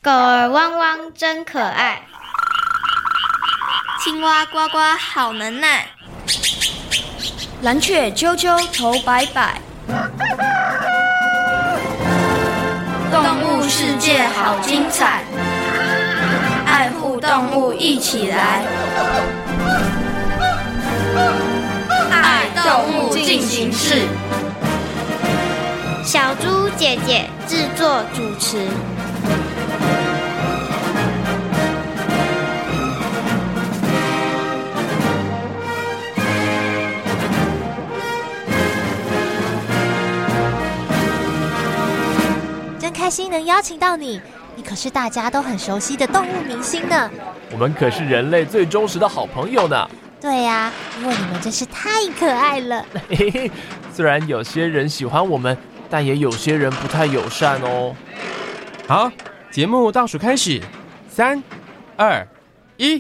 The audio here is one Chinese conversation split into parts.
狗儿汪汪真可爱， 青蛙呱呱好能耐， 蓝雀啾啾头摆摆， 动物世界好精彩，爱护动物一起来，爱动物进行式。 小猪姐姐制作主持。 真开心能邀请到你，你可是大家都很熟悉的动物明星呢。 我们可是人类最忠实的好朋友呢。 对呀，因为你们真是太可爱了。 虽然有些人喜欢我们，但也有些人不太友善哦。 好，节目倒数开始，3、2、1。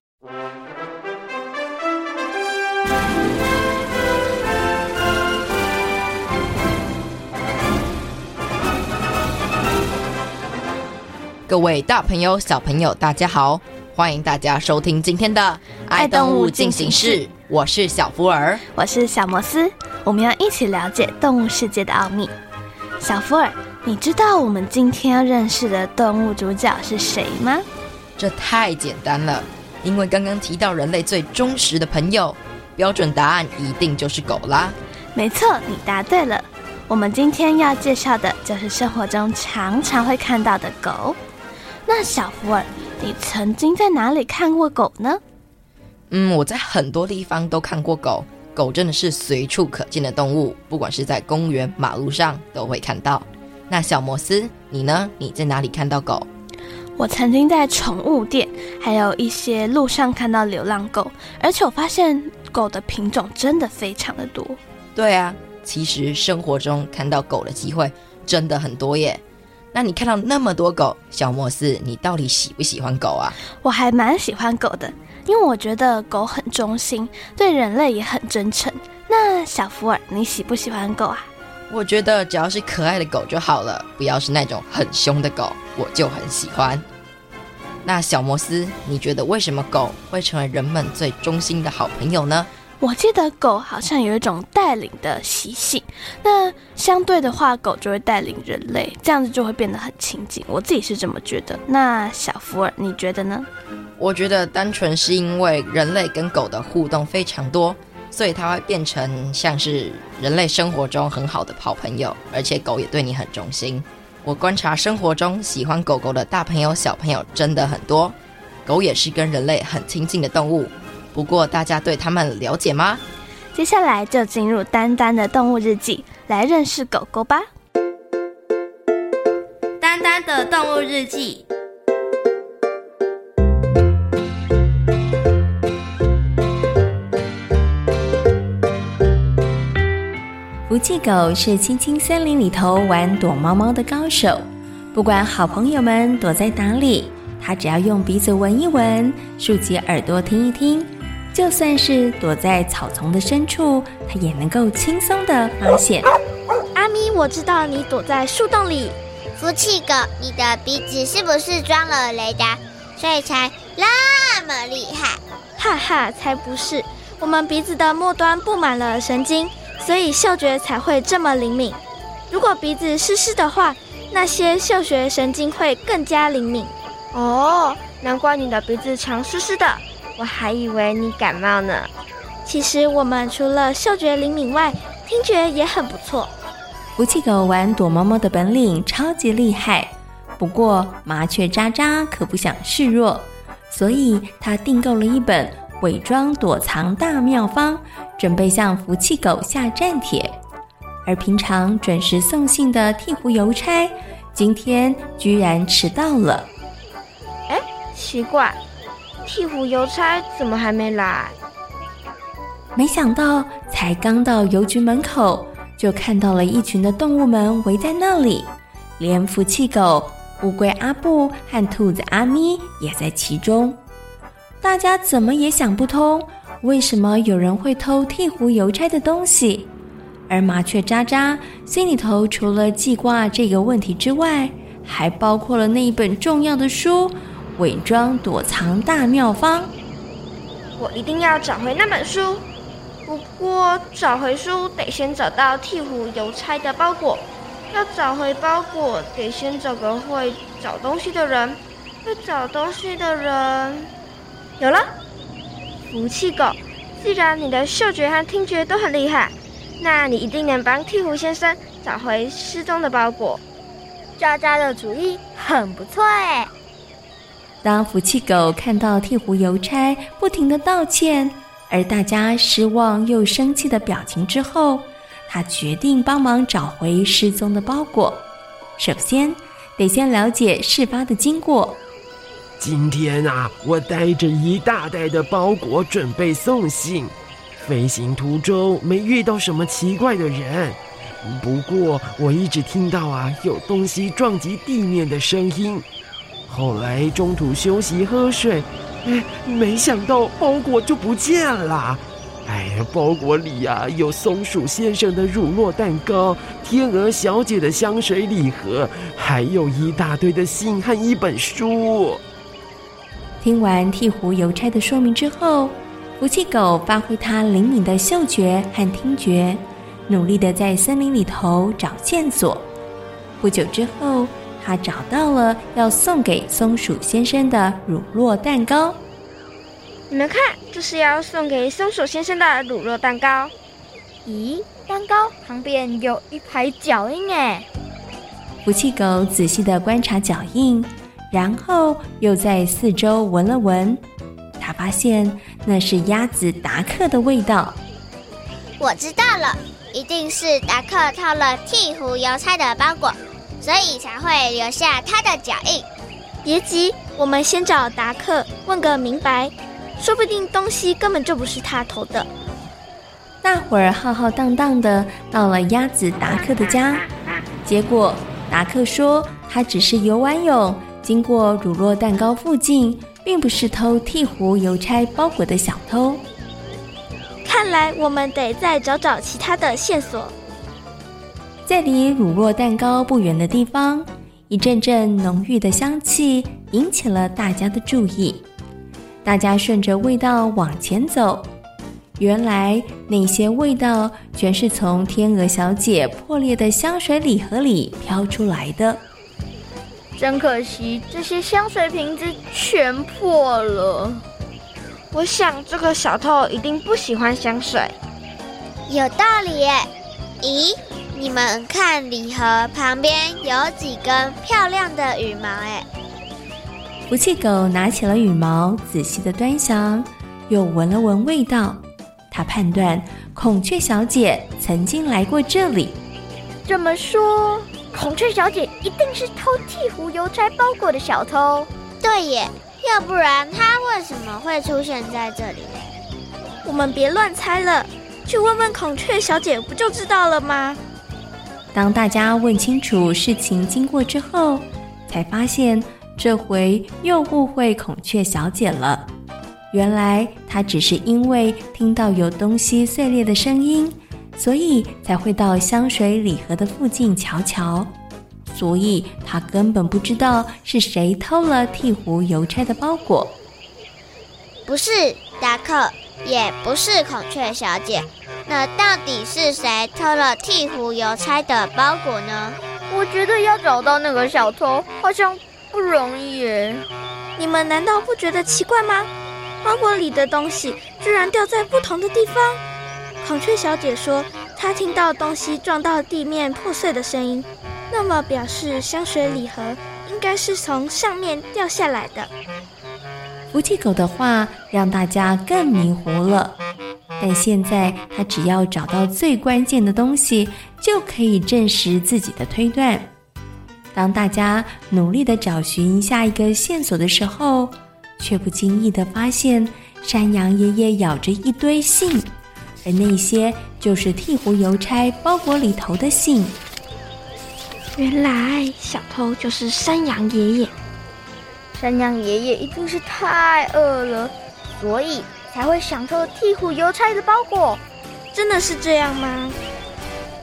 各位大朋友、小朋友，大家好！欢迎大家收听今天的爱动物进行式，我是小福尔， 我是小摩斯，我们要一起了解动物世界的奥秘。小福尔，你知道我们今天要认识的动物主角是谁吗？ 这太简单了，因为刚刚提到人类最忠实的朋友，标准答案一定就是狗啦。 没错，你答对了。我们今天要介绍的就是生活中常常会看到的狗。那小福尔，你曾经在哪里看过狗呢？ 我在很多地方都看过狗。狗真的是随处可见的动物，不管是在公园、马路上都会看到。那小摩斯，你呢？你在哪里看到狗？ 我曾经在宠物店，还有一些路上看到流浪狗，而且我发现狗的品种真的非常的多。 对啊，其实生活中看到狗的机会真的很多耶。那你看到那么多狗，小摩斯，你到底喜不喜欢狗啊？ 我还蛮喜欢狗的，因为我觉得狗很忠心，对人类也很真诚。那小福尔，你喜不喜欢狗啊？ 我觉得只要是可爱的狗就好了，不要是那种很凶的狗，我就很喜欢。那小摩斯，你觉得为什么狗会成为人们最忠心的好朋友呢？ 我记得狗好像有一种带领的习性，那相对的话，狗就会带领人类，这样子就会变得很亲近。我自己是这么觉得。那小福尔，你觉得呢？ 我觉得单纯是因为人类跟狗的互动非常多，所以它会变成像是人类生活中很好的好朋友，而且狗也对你很忠心。我观察生活中喜欢狗狗的大朋友小朋友真的很多，狗也是跟人类很亲近的动物。不过大家对它们了解吗？ 接下来就进入丹丹的动物日记，来认识狗狗吧。丹丹的动物日记。 福气狗是青青森林里头玩躲猫猫的高手，不管好朋友们躲在哪里，它只要用鼻子闻一闻，竖起耳朵听一听，就算是躲在草丛的深处，它也能够轻松地发现。 阿咪，我知道你躲在树洞里。 福气狗，你的鼻子是不是装了雷达，所以才那么厉害？ 哈哈，才不是，我们鼻子的末端布满了神经，所以嗅觉才会这么灵敏。如果鼻子湿湿的话，那些嗅觉神经会更加灵敏。 哦，难怪你的鼻子常湿湿的，我还以为你感冒呢。 其实我们除了嗅觉灵敏外，听觉也很不错。 福气狗玩躲猫猫的本领超级厉害，不过麻雀渣渣可不想示弱，所以他订购了一本伪装躲藏大妙方，准备向福气狗下战帖。而平常准时送信的鹈鹕邮差，今天居然迟到了。 奇怪，鹈鹕邮差怎么还没来？ 没想到才刚到邮局门口，就看到了一群的动物们围在那里，连福气狗、乌龟阿布和兔子阿咪也在其中。大家怎么也想不通，为什么有人会偷鹈鹕邮差的东西？而麻雀渣渣心里头除了记挂这个问题之外， 还包括了那一本重要的书《伪装躲藏大妙方》。 我一定要找回那本书。不过找回书得先找到鹈鹕邮差的包裹，要找回包裹得先找个会找东西的人。会找东西的人有了，福气狗。既然你的嗅觉和听觉都很厉害，那你一定能帮鹈鹕先生找回失踪的包裹。 渣渣的主意很不错哎。 当福气狗看到鹈鹕邮差不停地道歉，而大家失望又生气的表情之后，他决定帮忙找回失踪的包裹。首先得先了解事发的经过。 今天啊，我带着一大袋的包裹准备送信，飞行途中没遇到什么奇怪的人，不过我一直听到有东西撞击地面的声音。后来中途休息喝水，没想到包裹就不见了。包裹里有松鼠先生的乳酪蛋糕、天鹅小姐的香水礼盒，还有一大堆的信和一本书。 听完鹈鹕邮差的说明之后，福气狗发挥它灵敏的嗅觉和听觉，努力地在森林里头找线索。不久之后，他找到了要送给松鼠先生的乳酪蛋糕。 你们看，这是要送给松鼠先生的乳酪蛋糕。 咦，蛋糕旁边有一排脚印哎。 福气狗仔细地观察脚印，然后又在四周闻了闻，他发现那是鸭子达克的味道。 我知道了，一定是达克偷了鹈鹕邮差的包裹，所以才会留下他的脚印。 别急，我们先找达克问个明白，说不定东西根本就不是他偷的。 大伙儿浩浩荡荡的到了鸭子达克的家，结果达克说他只是游完泳经过乳酪蛋糕附近，并不是偷鹈鹕邮差包裹的小偷。 看来我们得再找找其他的线索。 在离乳酪蛋糕不远的地方，一阵阵浓郁的香气引起了大家的注意。大家顺着味道往前走，原来那些味道全是从天鹅小姐破裂的香水礼盒里飘出来的。 真可惜，这些香水瓶子全破了。 我想这个小偷一定不喜欢香水。 有道理耶。咦，你们看礼盒旁边有几根漂亮的羽毛耶。 福气狗拿起了羽毛，仔细的端详，又闻了闻味道。他判断孔雀小姐曾经来过这里。 这么说，孔雀小姐一定是偷鹈鹕邮差包裹的小偷。 对耶，要不然她为什么会出现在这里呢？ 我们别乱猜了，去问问孔雀小姐不就知道了吗？ 当大家问清楚事情经过之后，才发现这回又误会孔雀小姐了。原来她只是因为听到有东西碎裂的声音，所以才会到香水礼盒的附近瞧瞧。所以她根本不知道是谁偷了鹈鹕邮差的包裹。 不是达克，也不是孔雀小姐，那到底是谁偷了鹈鹕邮差的包裹呢？ 我觉得要找到那个小偷好像不容易耶。你们难道不觉得奇怪吗？包裹里的东西居然掉在不同的地方。孔雀小姐说她听到东西撞到地面破碎的声音，那么表示香水礼盒应该是从上面掉下来的。 福气狗的话让大家更迷糊了，但现在他只要找到最关键的东西，就可以证实自己的推断。当大家努力地找寻下一个线索的时候，却不经意地发现山羊爷爷咬着一堆信，而那些就是鹈鹕邮差包裹里头的信。 原来小偷就是山羊爷爷。 山羊爷爷一定是太饿了，所以才会想偷鹈鹕邮差的包裹。真的是这样吗？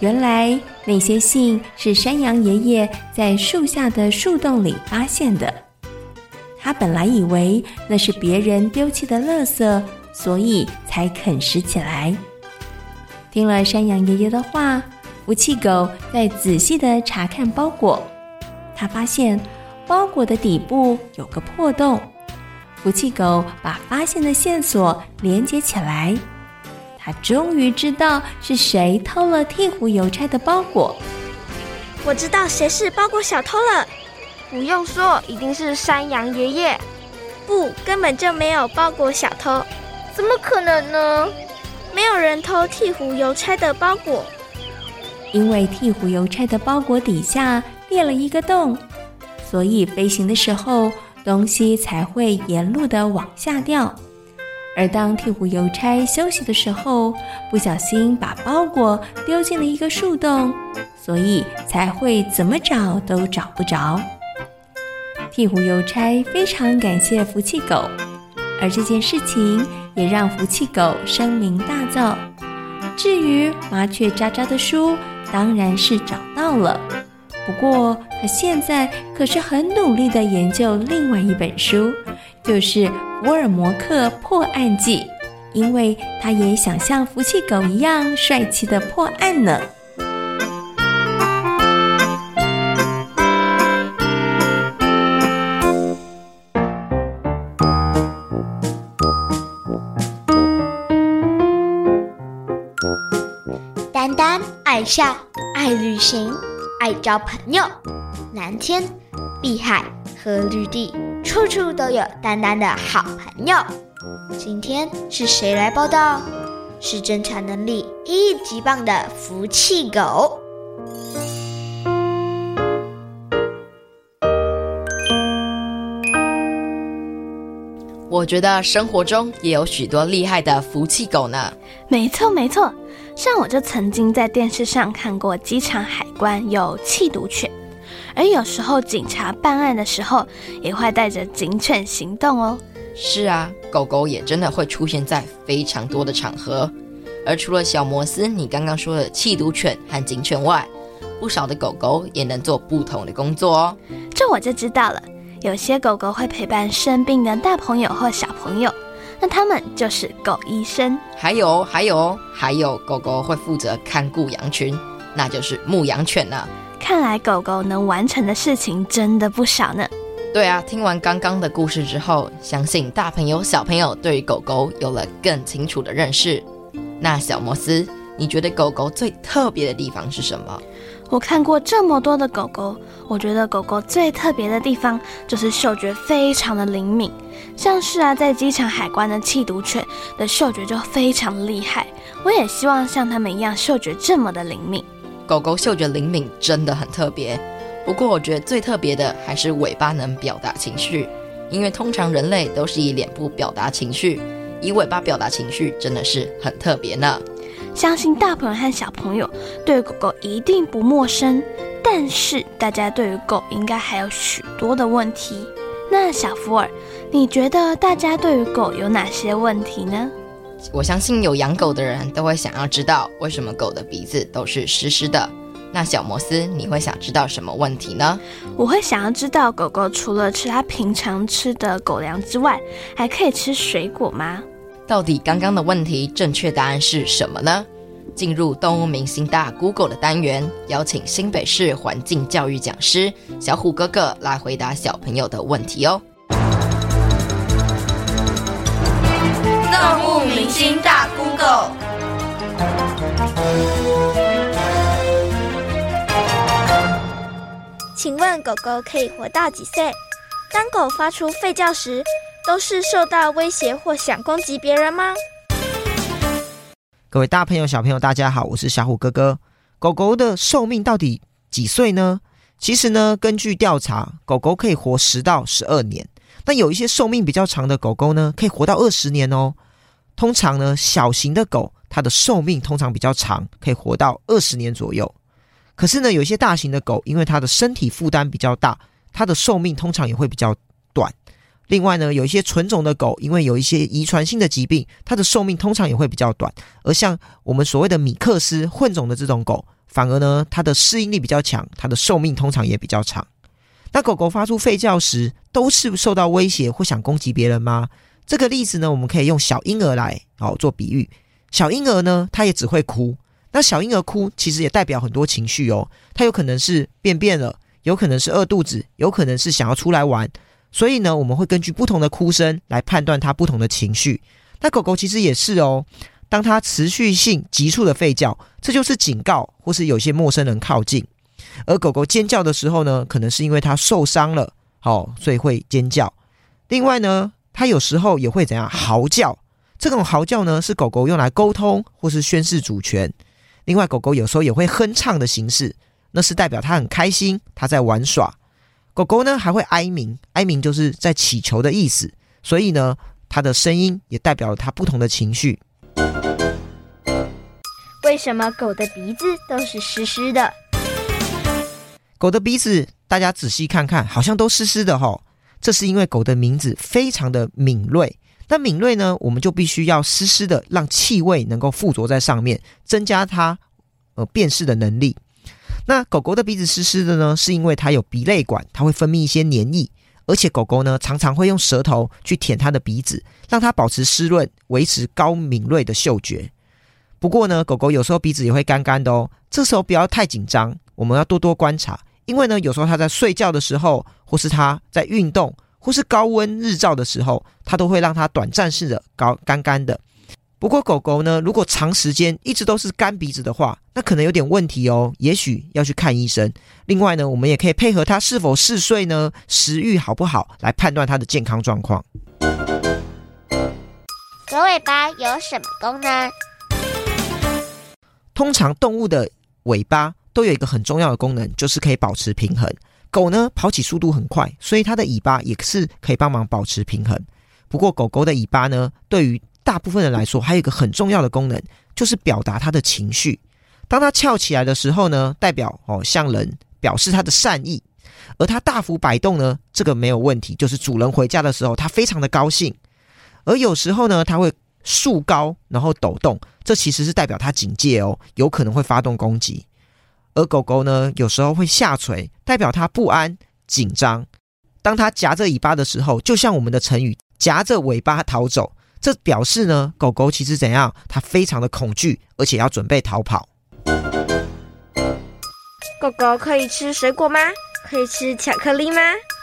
原来那些信是山羊爷爷在树下的树洞里发现的。他本来以为那是别人丢弃的垃圾，所以才啃食起来。听了山羊爷爷的话，福气狗再仔细地查看包裹，他发现包裹的底部有个破洞。福气狗把发现的线索连接起来，他终于知道是谁偷了鹈鹕邮差的包裹。 我知道谁是包裹小偷了。 不用说，一定是山羊爷爷。 不，根本就没有包裹小偷。 怎么可能呢？ 没有人偷鹈鹕邮差的包裹。 因为鹈鹕邮差的包裹底下裂了一个洞，所以飞行的时候东西才会沿路的往下掉。而当鹈鹕邮差休息的时候，不小心把包裹丢进了一个树洞，所以才会怎么找都找不着。鹈鹕邮差非常感谢福气狗，而这件事情也让福气狗声名大噪。至于麻雀喳喳的书，当然是找到了，不过他现在可是很努力地研究另外一本书，就是《福尔摩克破案记》，因为他也想像福气狗一样帅气地破案呢。 丹丹爱笑，爱旅行，爱交朋友。蓝天、碧海和绿地，处处都有丹丹的好朋友。今天是谁来报道？是侦查能力1级棒的福气狗。 我觉得生活中也有许多厉害的福气狗呢。 没错没错，像我就曾经在电视上看过机场海关有缉毒犬，而有时候警察办案的时候也会带着警犬行动哦。 是啊，狗狗也真的会出现在非常多的场合。而除了小摩斯你刚刚说的缉毒犬和警犬外，不少的狗狗也能做不同的工作哦。 这我就知道了，有些狗狗会陪伴生病的大朋友或小朋友，那他们就是狗医生。 还有狗狗会负责看顾羊群，那就是牧羊犬呢。 看来狗狗能完成的事情真的不少呢。 对啊，听完刚刚的故事之后，相信大朋友小朋友对于狗狗有了更清楚的认识。那小摩斯，你觉得狗狗最特别的地方是什么？ 我看过这么多的狗狗，我觉得狗狗最特别的地方就是嗅觉非常的灵敏。像是在机场海关的缉毒犬的嗅觉就非常厉害，我也希望像他们一样嗅觉这么的灵敏。 狗狗嗅觉灵敏真的很特别，不过我觉得最特别的还是尾巴能表达情绪，因为通常人类都是以脸部表达情绪，以尾巴表达情绪真的是很特别呢。 相信大朋友和小朋友对狗狗一定不陌生，但是大家对于狗应该还有许多的问题。那小福尔，你觉得大家对于狗有哪些问题呢？ 我相信有养狗的人都会想要知道为什么狗的鼻子都是湿湿的。那小摩斯，你会想知道什么问题呢？ 我会想要知道狗狗除了吃它平常吃的狗粮之外，还可以吃水果吗？ 到底刚刚的问题正确答案是什么呢？进入动物明星大 Google 的单元，邀请新北市环境教育讲师小虎哥哥来回答小朋友的问题哦。 动物明星大 Google。 请问狗狗可以活到几岁？当狗发出吠叫时，都是受到威胁或想攻击别人吗？ 各位大朋友小朋友大家好，我是小虎哥哥。狗狗的寿命到底几岁呢？其实呢，根据调查，狗狗可以活10到12年，但有一些寿命比较长的狗狗呢，可以活到20年哦。通常呢，小型的狗它的寿命通常比较长，可以活到20年左右。可是呢，有一些大型的狗，因为它的身体负担比较大，它的寿命通常也会比较短。 另外呢，有一些纯种的狗，因为有一些遗传性的疾病，它的寿命通常也会比较短。而像我们所谓的米克斯混种的这种狗，反而呢，它的适应力比较强，它的寿命通常也比较长。那狗狗发出吠叫时，都是受到威胁或想攻击别人吗？这个例子呢，我们可以用小婴儿来做比喻。小婴儿呢，它也只会哭。那小婴儿哭其实也代表很多情绪哦，它有可能是便便了，有可能是饿肚子，有可能是想要出来玩。所以呢，我们会根据不同的哭声来判断它不同的情绪。那狗狗其实也是哦，当它持续性急促的吠叫，这就是警告或是有些陌生人靠近。而狗狗尖叫的时候呢，可能是因为它受伤了，所以会尖叫。另外呢，它有时候也会怎样嚎叫，这种嚎叫呢是狗狗用来沟通或是宣示主权。另外狗狗有时候也会哼唱的形式，那是代表它很开心，它在玩耍。狗狗呢还会哀鸣，哀鸣就是在祈求的意思，所以呢它的声音也代表了它不同的情绪。 为什么狗的鼻子都是湿湿的？ 狗的鼻子大家仔细看看，好像都湿湿的这是因为狗的名字非常的敏锐。那敏锐呢，我们就必须要湿湿的，让气味能够附着在上面，增加它辨识的能力。那狗狗的鼻子湿湿的呢，是因为它有鼻泪管，它会分泌一些黏液，而且狗狗呢常常会用舌头去舔它的鼻子，让它保持湿润，维持高敏锐的嗅觉。不过呢，狗狗有时候鼻子也会干干的哦，这时候不要太紧张，我们要多多观察，因为呢有时候它在睡觉的时候，或是它在运动，或是高温日照的时候，它都会让它短暂式的干干的。不过狗狗呢，如果长时间一直都是干鼻子的话，那可能有点问题哦，也许要去看医生。另外呢，我们也可以配合它是否嗜睡呢，食欲好不好，来判断它的健康状况。 狗尾巴有什么功能？ 通常动物的尾巴都有一个很重要的功能，就是可以保持平衡。狗呢跑起速度很快，所以它的尾巴也是可以帮忙保持平衡。不过狗狗的尾巴呢，对于大部分人来说还有一个很重要的功能，就是表达它的情绪。当它翘起来的时候呢，代表向人表示它的善意，而它大幅摆动呢，这个没有问题，就是主人回家的时候它非常的高兴。而有时候呢，它会竖高然后抖动，这其实是代表它警戒哦，有可能会发动攻击。而狗狗呢，有时候会下垂，代表它不安紧张。当它夹着尾巴的时候，就像我们的成语夹着尾巴逃走，这表示呢，狗狗其实怎样，它非常的恐惧，而且要准备逃跑。 狗狗可以吃水果吗？可以吃巧克力吗？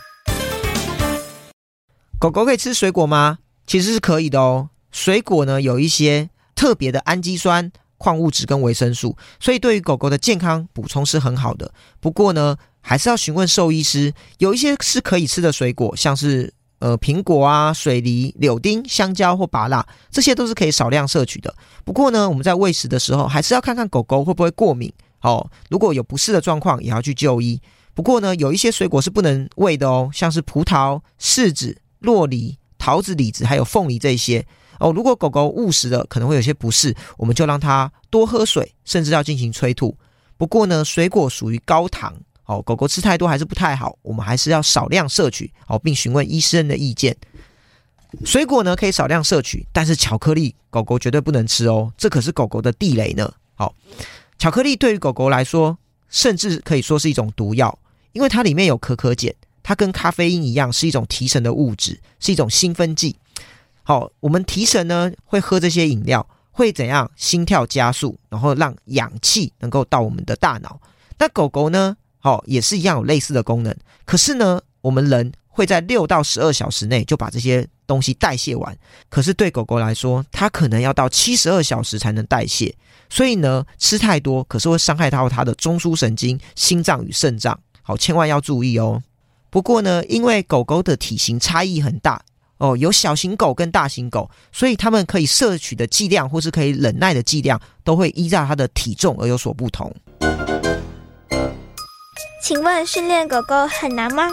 狗狗可以吃水果吗？其实是可以的哦。水果呢，有一些特别的氨基酸、矿物质跟维生素，所以对于狗狗的健康补充是很好的。不过呢，还是要询问兽医师。有一些是可以吃的水果，像是苹果啊、水梨、柳丁、香蕉或芭乐，这些都是可以少量摄取的。不过呢，我们在喂食的时候，还是要看看狗狗会不会过敏如果有不适的状况，也要去就医。不过呢，有一些水果是不能喂的哦，像是葡萄、柿子、酪梨、桃子、李子还有凤梨这些如果狗狗误食了，可能会有些不适，我们就让它多喝水，甚至要进行催吐。不过呢，水果属于高糖狗狗吃太多还是不太好，我们还是要少量摄取并询问医生的意见。水果呢可以少量摄取，但是巧克力狗狗绝对不能吃哦，这可是狗狗的地雷呢。巧克力对于狗狗来说，甚至可以说是一种毒药，因为它里面有可可碱，它跟咖啡因一样是一种提神的物质，是一种兴奋剂。我们提神呢会喝这些饮料，会怎样？心跳加速，然后让氧气能够到我们的大脑。那狗狗呢也是一样有类似的功能，可是呢我们人会在6到12小时内就把这些东西代谢完，可是对狗狗来说，它可能要到72小时才能代谢。所以呢，吃太多可是会伤害到它的中枢神经、心脏与肾脏，千万要注意哦。不过呢，因为狗狗的体型差异很大有小型狗跟大型狗，所以它们可以摄取的剂量或是可以忍耐的剂量，都会依照它的体重而有所不同。 请问训练狗狗很难吗？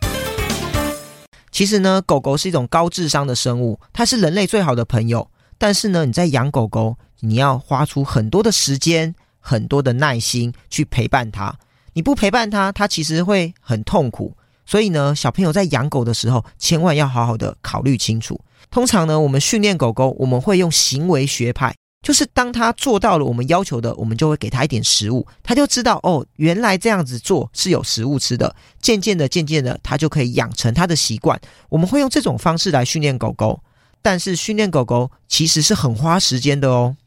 其实呢，狗狗是一种高智商的生物，它是人类最好的朋友。但是呢，你在养狗狗，你要花出很多的时间、很多的耐心去陪伴它。你不陪伴它，它其实会很痛苦。 所以呢，小朋友在养狗的时候，千万要好好的考虑清楚。通常呢，我们训练狗狗，我们会用行为学派，就是当他做到了我们要求的，我们就会给他一点食物，他就知道哦，原来这样子做是有食物吃的。渐渐的，他就可以养成他的习惯。我们会用这种方式来训练狗狗，但是训练狗狗其实是很花时间的哦。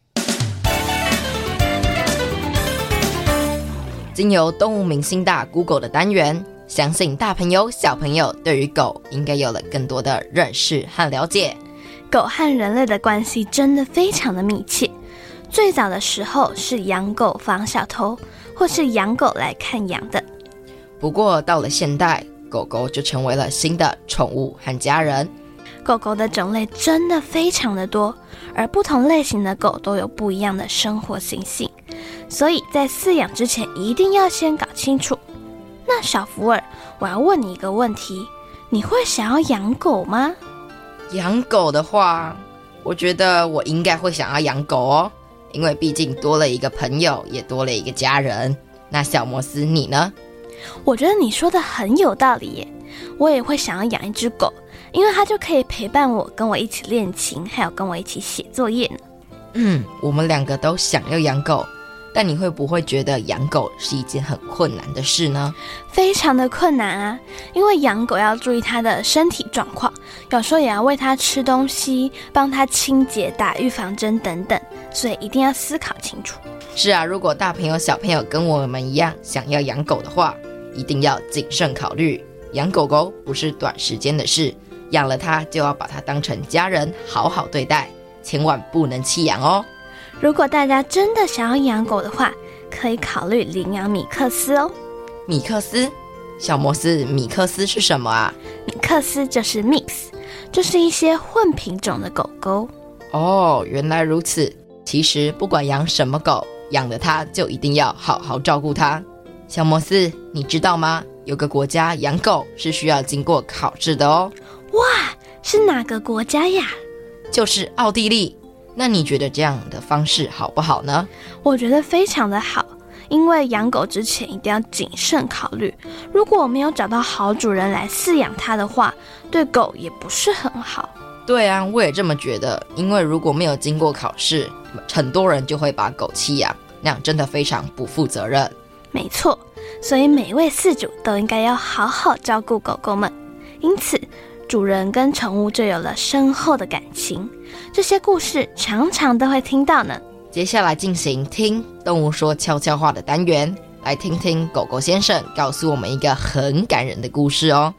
经由动物明星大 Google 的单元，相信大朋友小朋友对于狗应该有了更多的认识和了解。 狗和人类的关系真的非常的密切。最早的时候是养狗防小偷，或是养狗来看羊的。 不过到了现代，狗狗就成为了新的宠物和家人。 狗狗的种类真的非常的多，而不同类型的狗都有不一样的生活习性，所以在饲养之前一定要先搞清楚。那小福尔，我要问你一个问题，你会想要养狗吗？ 养狗的话，我觉得我应该会想要养狗哦，因为毕竟多了一个朋友，也多了一个家人。那小摩斯你呢？ 我觉得你说的很有道理耶，我也会想要养一只狗，因为它就可以陪伴我，跟我一起练琴，还有跟我一起写作业呢。 我们两个都想要养狗，但你会不会觉得养狗是一件很困难的事呢？ 非常的困难啊，因为养狗要注意它的身体状况，有时候也要喂它吃东西，帮它清洁、打预防针等等，所以一定要思考清楚。 是啊，如果大朋友小朋友跟我们一样想要养狗的话，一定要谨慎考虑。养狗狗不是短时间的事，养了它就要把它当成家人，好好对待，千万不能弃养哦。 如果大家真的想要养狗的话，可以考虑领养米克斯哦。 米克斯？小摩斯，米克斯是什么啊？ 米克斯就是 mix， 就是一些混品种的狗狗。 哦，原来如此。其实不管养什么狗，养了它就一定要好好照顾它。小摩斯，你知道吗？有个国家养狗是需要经过考试的哦。 哇，是哪个国家呀？ 就是奥地利。那你觉得这样的方式好不好呢？ 我觉得非常的好，因为养狗之前一定要谨慎考虑，如果我没有找到好主人来饲养它的话，对狗也不是很好。 对啊，我也这么觉得，因为如果没有经过考试，很多人就会把狗弃养，那样真的非常不负责任。 没错，所以每位饲主都应该要好好照顾狗狗们，因此主人跟宠物就有了深厚的感情，这些故事常常都会听到呢。 接下来进行听动物说悄悄话的单元，来听听狗狗先生告诉我们一个很感人的故事哦。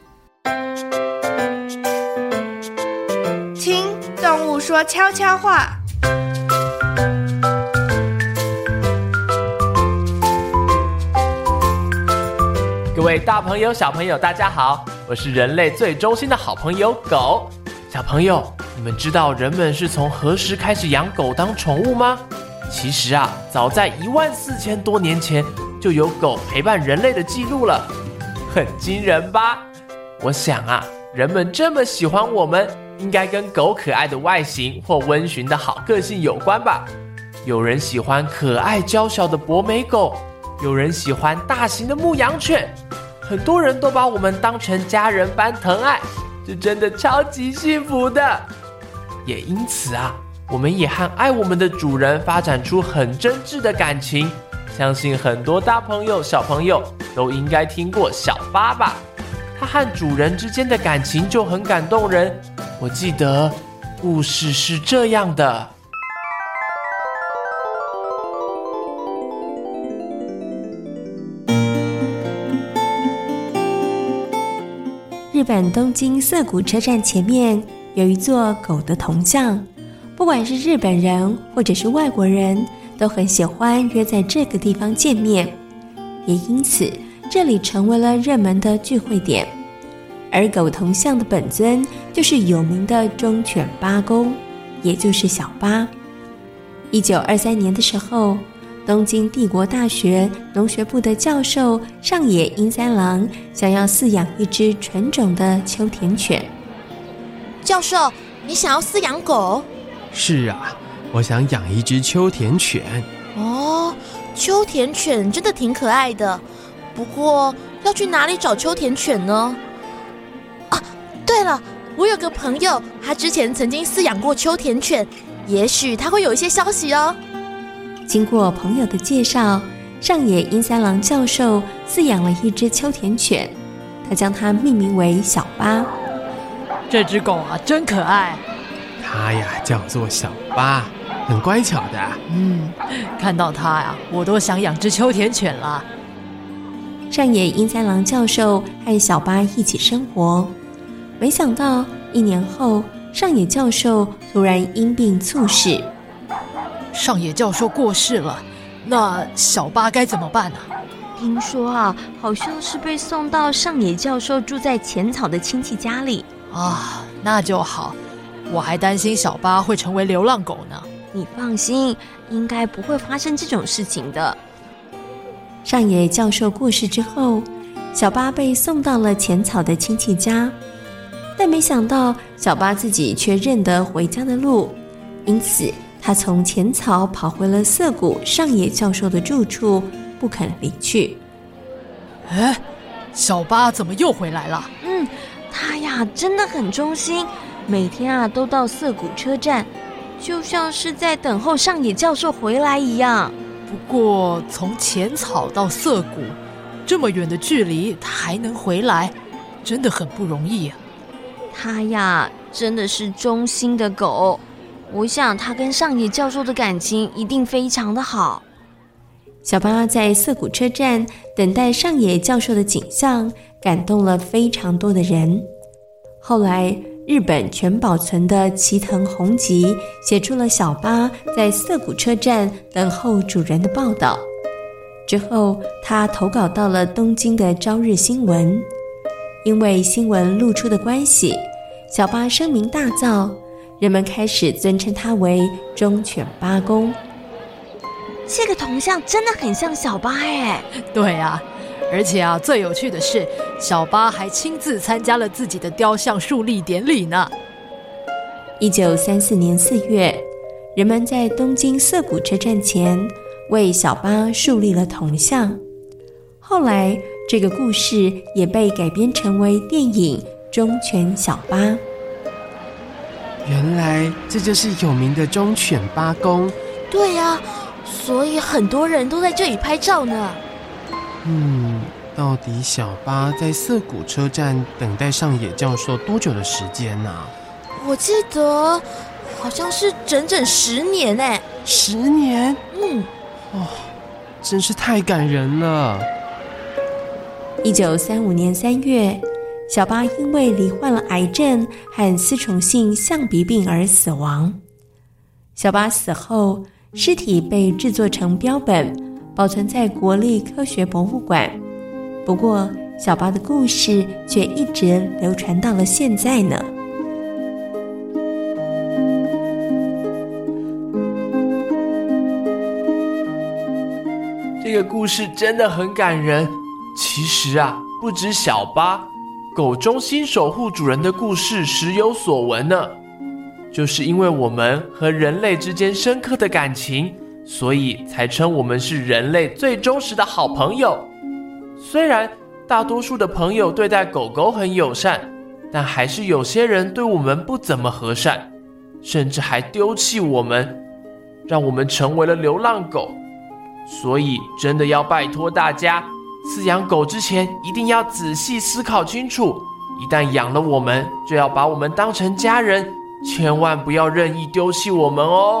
听动物说悄悄话。 各位大朋友小朋友大家好，我是人类最忠心的好朋友狗。小朋友，你们知道人们是从何时开始养狗当宠物吗？其实啊，早在14000多年前就有狗陪伴人类的记录了，很惊人吧？我想啊，人们这么喜欢我们，应该跟狗可爱的外形或温驯的好个性有关吧？有人喜欢可爱娇小的博美狗，有人喜欢大型的牧羊犬，很多人都把我们当成家人般疼爱，这真的超级幸福的。也因此啊，我们也和爱我们的主人发展出很真挚的感情。相信很多大朋友小朋友都应该听过小巴吧，他和主人之间的感情就很感动人。我记得故事是这样的。 日本东京涩谷车站前面有一座狗的铜像，不管是日本人或者是外国人，都很喜欢约在这个地方见面，也因此这里成为了热门的聚会点。而狗铜像的本尊就是有名的忠犬八公，也就是小巴。1923年的时候，东京帝国大学农学部的教授上野英三郎想要饲养一只纯种的秋田犬。 教授，你想要饲养狗？ 是啊，我想养一只秋田犬。 哦，秋田犬真的挺可爱的，不过要去哪里找秋田犬呢？ 了，我有个朋友，他之前曾经饲养过秋田犬，也许他会有一些消息哦。 经过朋友的介绍，上野英三郎教授饲养了一只秋田犬，他将它命名为小八。 这只狗啊，真可爱。 它呀叫做小八，很乖巧的。 看到它呀，我都想养只秋田犬了。 上野英三郎教授和小八一起生活，没想到1年后，上野教授突然因病猝逝。 上野教授过世了，那小八该怎么办啊？ 听说啊，好像是被送到上野教授住在浅草的亲戚家里啊，那就好。我还担心小八会成为流浪狗呢。 你放心，应该不会发生这种事情的。 上野教授过世之后，小八被送到了浅草的亲戚家，但没想到小八自己却认得回家的路，因此他从浅草跑回了涩谷上野教授的住处，不肯离去。 小八怎么又回来了？ 他呀真的很忠心，每天啊都到涩谷车站，就像是在等候上野教授回来一样。 不过从浅草到涩谷这么远的距离，他还能回来，真的很不容易啊。 他呀真的是忠心的狗，我想他跟上野教授的感情一定非常的好。 小八在涩谷车站等待上野教授的景象，感动了非常多的人。后来日本全保存的齐藤弘吉写出了小八在涩谷车站等候主人的报道，之后他投稿到了东京的朝日新闻。因为新闻露出的关系，小八声名大噪，人们开始尊称他为忠犬八公。 这个铜像真的很像小八耶。 对啊，而且啊，最有趣的是，小八还亲自参加了自己的雕像树立典礼呢。 1934年4月，人们在东京涩谷车站前为小八树立了铜像。后来，这个故事也被改编成为电影《忠犬小八》。 原来这就是有名的忠犬八公。 对啊，所以很多人都在这里拍照呢。 到底小八在涩谷车站等待上野教授多久的时间啊？ 我记得好像是整整10年耶。 10年？真是太感人了。 1935年3月，小八因为罹患了癌症和丝虫性象鼻病而死亡。小八死后，尸体被制作成标本，保存在国立科学博物馆。不过，小八的故事却一直流传到了现在呢。 这个故事真的很感人。其实啊，不止小八，狗忠心守护主人的故事时有所闻呢。就是因为我们和人类之间深刻的感情，所以才称我们是人类最忠实的好朋友。虽然大多数的朋友对待狗狗很友善，但还是有些人对我们不怎么和善，甚至还丢弃我们，让我们成为了流浪狗。所以真的要拜托大家，饲养狗之前一定要仔细思考清楚，一旦养了我们，就要把我们当成家人，千万不要任意丢弃我们哦。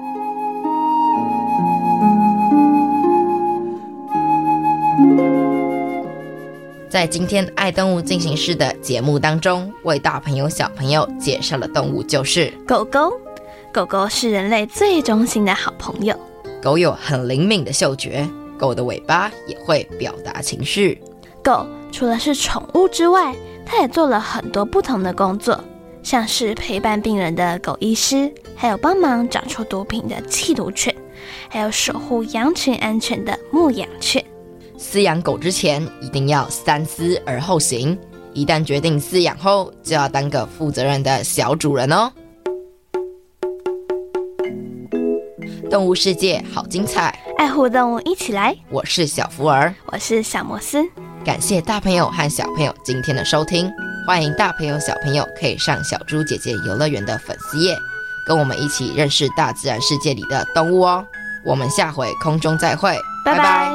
在今天爱动物进行式的节目当中，为大朋友小朋友介绍的动物就是狗狗。狗狗是人类最忠心的好朋友。 狗有很灵敏的嗅觉，狗的尾巴也会表达情绪。 狗除了是宠物之外，它也做了很多不同的工作，像是陪伴病人的狗医师，还有帮忙找出毒品的缉毒犬，还有守护羊群安全的牧羊犬。 饲养狗之前一定要三思而后行，一旦决定饲养后，就要当个负责任的小主人哦。动物世界好精彩， 爱护动物一起来。 我是小福儿， 我是小摩斯。 感谢大朋友和小朋友今天的收听， 欢迎大朋友小朋友可以上小猪姐姐游乐园的粉丝页，跟我们一起认识大自然世界里的动物哦。我们下回空中再会，拜拜。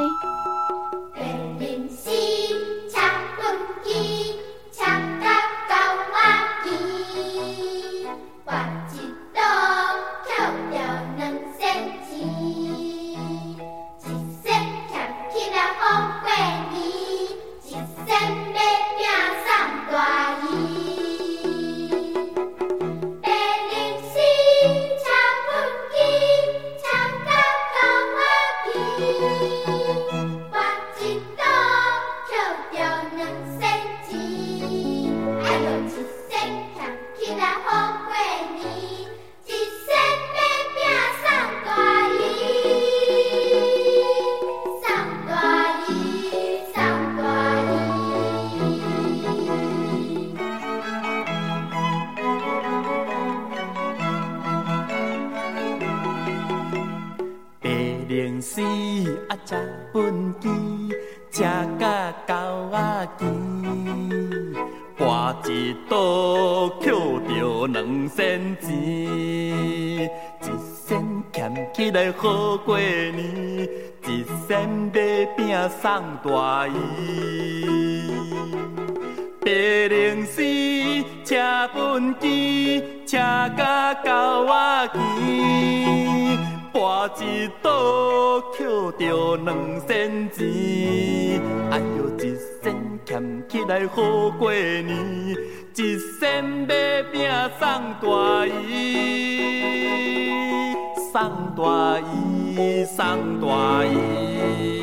吃本鸡，吃甲狗仔钱，博一赌捡着2000钱，一仙捡起来好过年，一仙买饼送大姨。804吃本鸡，吃甲狗仔钱。博一赌捡着2000钱，哎呦，一仙捡起来好过年，一仙买饼送大姨，送大姨，送大姨。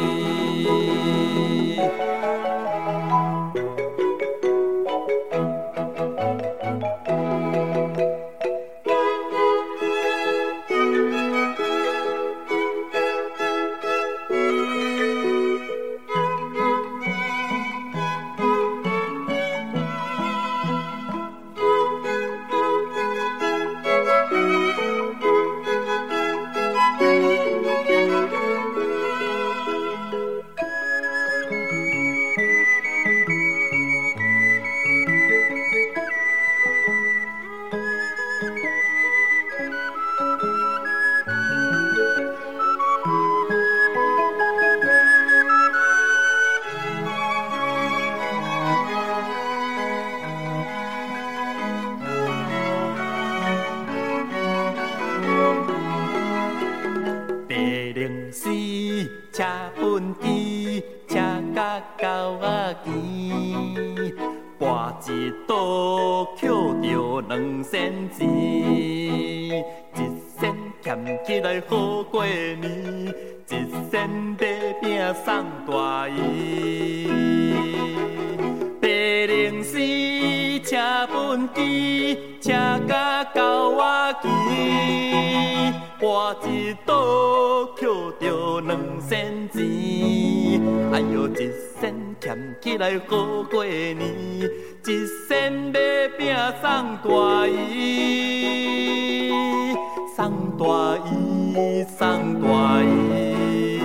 吃本鸡，吃甲狗仔钱，博一赌捡着2000钱，一仙捡起来好过年，一仙买饼送大姨。804吃本鸡，吃甲狗仔钱，博一赌捡着2000钱，哎呦，一仙捡起来好过年，一仙买饼送大姨，送大姨，送大姨。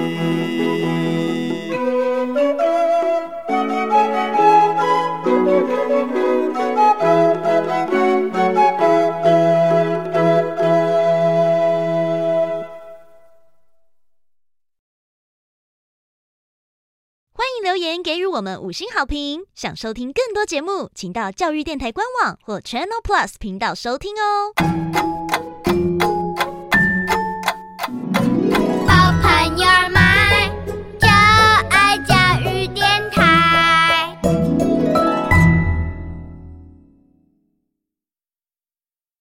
留言给予我们5星好评。想收听更多节目，请到教育电台官网或 Channel Plus 频道收听哦。 小朋友们。